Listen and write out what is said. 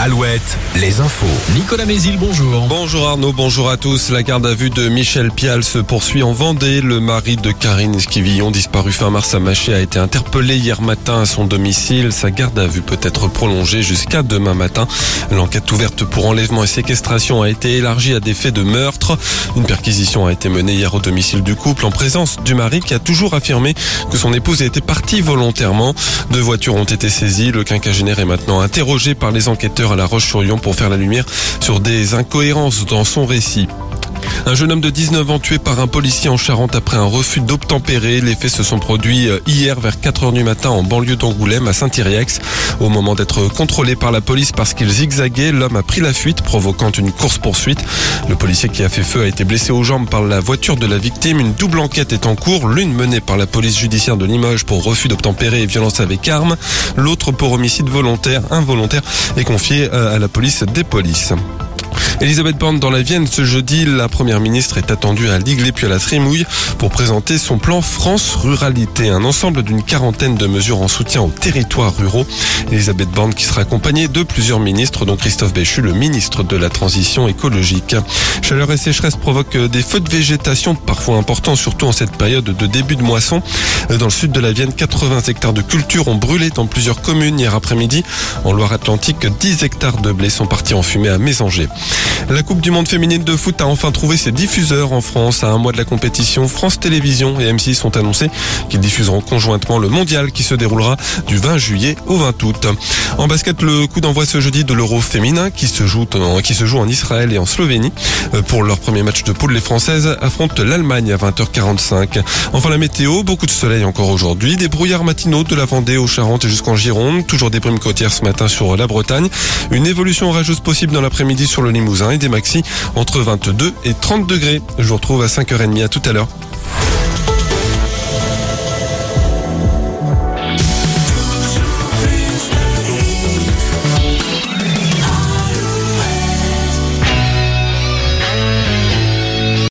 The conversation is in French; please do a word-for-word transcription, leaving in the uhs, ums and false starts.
Alouette, les infos. Nicolas Mézil, bonjour. Bonjour Arnaud, bonjour à tous. La garde à vue de Michel Pial se poursuit en Vendée. Le mari de Karine Esquivillon, disparu fin mars à Maché, a été interpellé hier matin à son domicile. Sa garde à vue peut être prolongée jusqu'à demain matin. L'enquête ouverte pour enlèvement et séquestration a été élargie à des faits de meurtre. Une perquisition a été menée hier au domicile du couple en présence du mari qui a toujours affirmé que son épouse était partie volontairement. Deux voitures ont été saisies. Le quinquagénaire est maintenant interrogé par les enquêteurs à La Roche-sur-Yon pour faire la lumière sur des incohérences dans son récit. Un jeune homme de dix-neuf ans tué par un policier en Charente après un refus d'obtempérer. Les faits se sont produits hier vers quatre heures du matin en banlieue d'Angoulême à Saint-Yrieix. Au moment d'être contrôlé par la police parce qu'il zigzaguait, l'homme a pris la fuite, provoquant une course-poursuite. Le policier qui a fait feu a été blessé aux jambes par la voiture de la victime. Une double enquête est en cours, l'une menée par la police judiciaire de Limoges pour refus d'obtempérer et violence avec arme. L'autre pour homicide volontaire, involontaire, est confiée à la police des polices. Elisabeth Borne dans la Vienne ce jeudi. La première ministre est attendue à l'Iglé puis à la Trémouille pour présenter son plan France Ruralité, un ensemble d'une quarantaine de mesures en soutien aux territoires ruraux. Elisabeth Borne qui sera accompagnée de plusieurs ministres, dont Christophe Béchu, le ministre de la Transition écologique. Chaleur et sécheresse provoquent des feux de végétation parfois importants, surtout en cette période de début de moisson. Dans le sud de la Vienne, quatre-vingts hectares de culture ont brûlé dans plusieurs communes hier après-midi. En Loire-Atlantique, dix hectares de blé sont partis en fumée à Mésanger. La Coupe du Monde féminine de foot a enfin trouvé ses diffuseurs en France. À un mois de la compétition, France Télévisions et M six ont annoncé qu'ils diffuseront conjointement le mondial qui se déroulera du vingt juillet au vingt août. En basket, le coup d'envoi ce jeudi de l'Euro féminin qui se joue en, qui se joue en Israël et en Slovénie. Pour leur premier match de poule, les Françaises affrontent l'Allemagne à vingt heures quarante-cinq. Enfin la météo, beaucoup de soleil encore aujourd'hui. Des brouillards matinaux de la Vendée aux Charentes et jusqu'en Gironde. Toujours des brumes côtières ce matin sur la Bretagne. Une évolution orageuse possible dans l'après-midi sur le Limousin et des maxi entre vingt-deux et trente degrés. Je vous retrouve à cinq heures trente. À tout à l'heure.